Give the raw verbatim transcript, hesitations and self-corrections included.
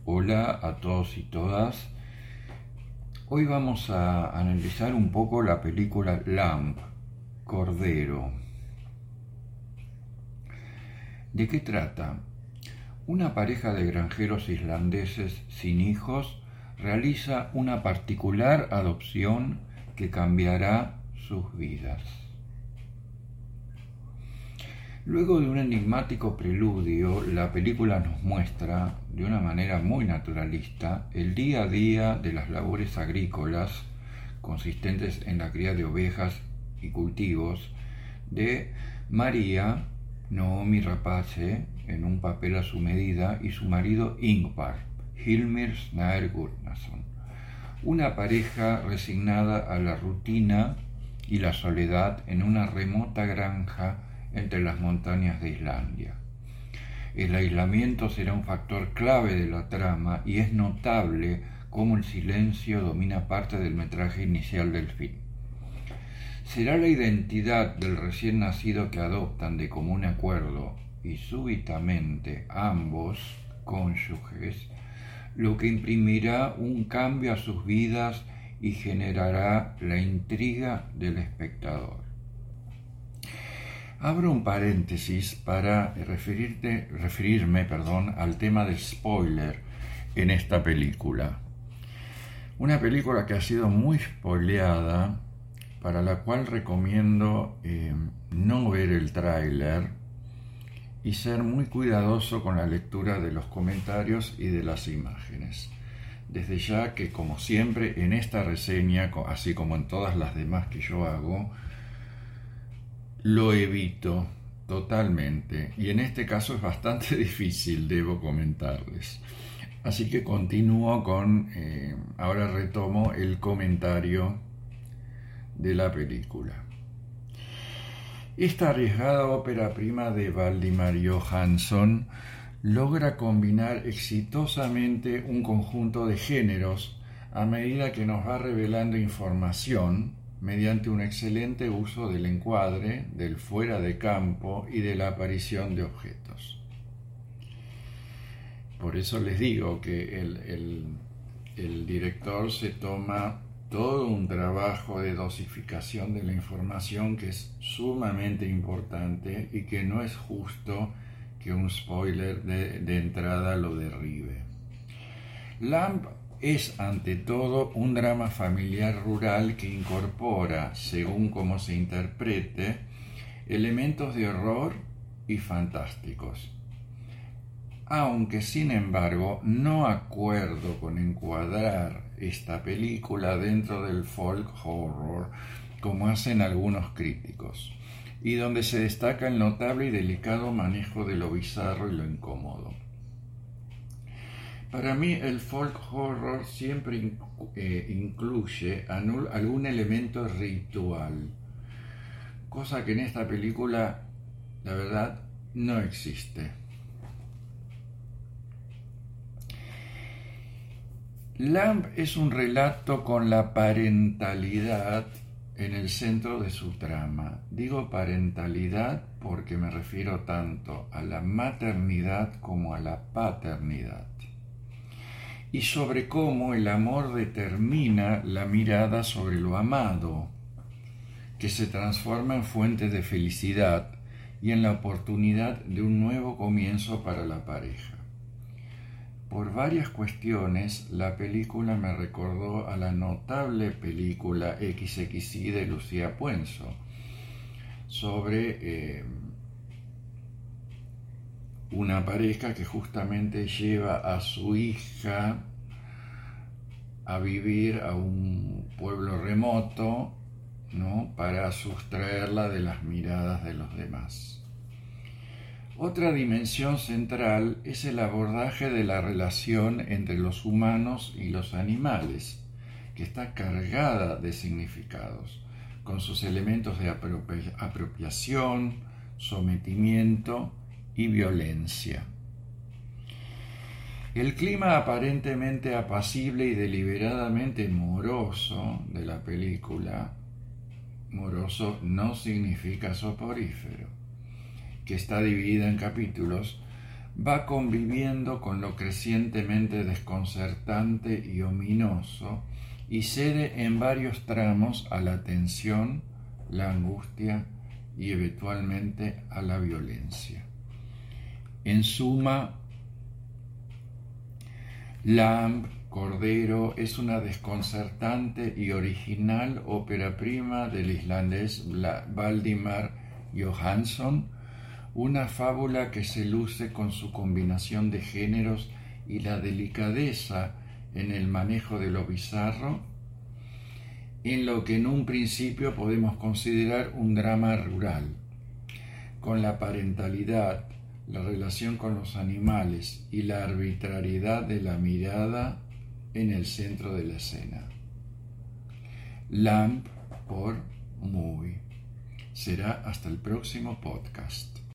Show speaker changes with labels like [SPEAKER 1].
[SPEAKER 1] Hola a todos y todas. Hoy vamos a analizar un poco la película Lamb, Cordero. ¿De qué trata? Una pareja de granjeros islandeses sin hijos realiza una particular adopción que cambiará sus vidas. Luego de un enigmático preludio, la película nos muestra, de una manera muy naturalista, el día a día de las labores agrícolas, consistentes en la cría de ovejas y cultivos, de María, Noomi Rapace, en un papel a su medida, y su marido Ingvar, Hilmir Snær Gudnason, una pareja resignada a la rutina y la soledad en una remota granja entre las montañas de Islandia. El aislamiento será un factor clave de la trama y es notable cómo el silencio domina parte del metraje inicial del film. Será la identidad del recién nacido que adoptan de común acuerdo y súbitamente ambos cónyuges lo que imprimirá un cambio a sus vidas y generará la intriga del espectador. Abro un paréntesis para referirte, referirme perdón, al tema del spoiler en esta película. Una película que ha sido muy spoileada, para la cual recomiendo eh, no ver el tráiler y ser muy cuidadoso con la lectura de los comentarios y de las imágenes. Desde ya que, como siempre, en esta reseña, así como en todas las demás que yo hago, lo evito totalmente, y en este caso es bastante difícil, debo comentarles. Así que continúo con, eh, ahora retomo el comentario de la película. Esta arriesgada ópera prima de Valdimar Jóhannsson logra combinar exitosamente un conjunto de géneros a medida que nos va revelando información mediante un excelente uso del encuadre, del fuera de campo y de la aparición de objetos. Por eso les digo que el, el, el director se toma todo un trabajo de dosificación de la información que es sumamente importante y que no es justo que un spoiler de, de entrada lo derribe. Lamb es ante todo un drama familiar rural que incorpora, según cómo se interprete, elementos de horror y fantásticos. Aunque, sin embargo, no acuerdo con encuadrar esta película dentro del folk horror, como hacen algunos críticos, y donde se destaca el notable y delicado manejo de lo bizarro y lo incómodo. Para mí el folk horror siempre eh, incluye anul- algún elemento ritual, cosa que en esta película, la verdad, no existe. Lamb es un relato con la parentalidad en el centro de su trama. Digo parentalidad porque me refiero tanto a la maternidad como a la paternidad. Y sobre cómo el amor determina la mirada sobre lo amado, que se transforma en fuente de felicidad y en la oportunidad de un nuevo comienzo para la pareja. Por varias cuestiones, la película me recordó a la notable película equis equis i de Lucía Puenzo, sobre eh, una pareja que justamente lleva a su hija a vivir a un pueblo remoto, ¿no?, para sustraerla de las miradas de los demás. Otra dimensión central es el abordaje de la relación entre los humanos y los animales, que está cargada de significados, con sus elementos de apropia- apropiación, sometimiento y violencia. El clima aparentemente apacible y deliberadamente moroso de la película, moroso no significa soporífero, que está dividida en capítulos, va conviviendo con lo crecientemente desconcertante y ominoso y cede en varios tramos a la tensión, la angustia y eventualmente a la violencia. En suma, Lamb, Cordero es una desconcertante y original ópera prima del islandés Valdimar Jóhannsson, una fábula que se luce con su combinación de géneros y la delicadeza en el manejo de lo bizarro, en lo que en un principio podemos considerar un drama rural, con la parentalidad, la relación con los animales y la arbitrariedad de la mirada en el centro de la escena. Lamb por Movie. Será hasta el próximo podcast.